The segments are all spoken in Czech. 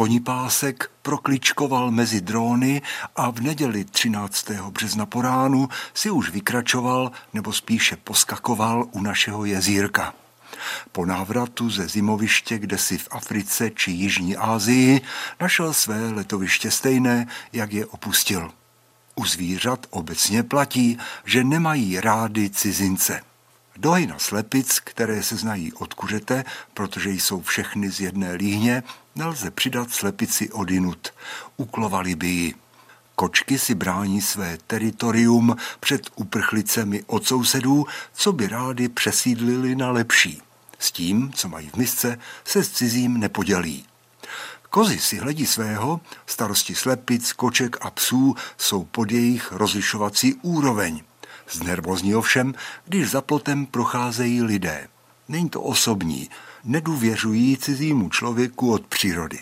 Konipásek prokličkoval mezi dróny a v neděli 13. března po ránu si už vykračoval nebo spíše poskakoval u našeho jezírka. Po návratu ze zimoviště kdesi v Africe či Jižní Asii našel své letoviště stejné, jak je opustil. U zvířat obecně platí, že nemají rády cizince. Do hejna slepic, které se znají od kuřete, protože jsou všechny z jedné líhně, nelze přidat slepici odinut. Uklovali by ji. Kočky si brání své teritorium před uprchlicemi od sousedů, co by rádi přesídlili na lepší. S tím, co mají v misce, se s cizím nepodělí. Kozy si hledí svého, starosti slepic, koček a psů jsou pod jejich rozlišovací úroveň. Znervozní ovšem, když za plotem procházejí lidé. Není to osobní, nedůvěřují cizímu člověku od přírody.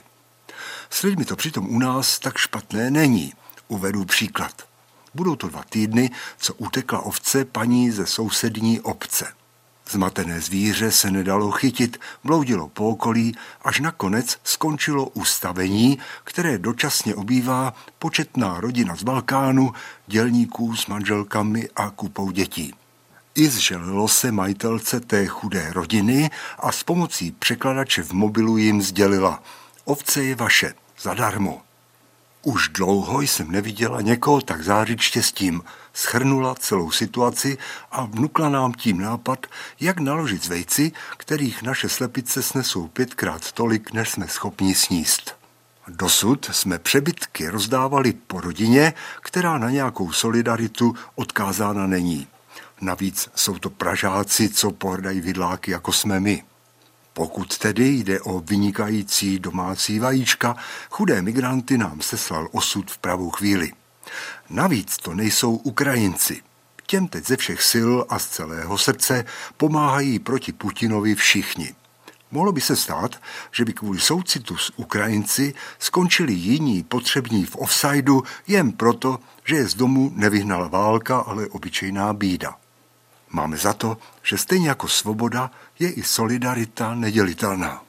S lidmi to přitom u nás tak špatné není. Uvedu příklad. Budou to 2 týdny, co utekla ovce paní ze sousední obce. Zmatené zvíře se nedalo chytit, bloudilo po okolí, až nakonec skončilo u stavení, které dočasně obývá početná rodina z Balkánu, dělníků s manželkami a kupou dětí. I zželilo se majitelce té chudé rodiny a s pomocí překladače v mobilu jim sdělila: ovce je vaše, zadarmo. Už dlouho jsem neviděla někoho tak zářit štěstím. Shrnula celou situaci a vnukla nám tím nápad, jak naložit s vejci, kterých naše slepice snesou 5krát tolik, než jsme schopni sníst. Dosud jsme přebytky rozdávali po rodině, která na nějakou solidaritu odkázána není. Navíc jsou to Pražáci, co pohrdají vidláky, jako jsme my. Pokud tedy jde o vynikající domácí vajíčka, chudé migranty nám seslal osud v pravou chvíli. Navíc to nejsou Ukrajinci. Těm teď ze všech sil a z celého srdce pomáhají proti Putinovi všichni. Mohlo by se stát, že by kvůli soucitu s Ukrajinci skončili jiní potřební v offsideu jen proto, že je z domu nevyhnala válka, ale obyčejná bída. Máme za to, že stejně jako svoboda je i solidarita nedělitelná.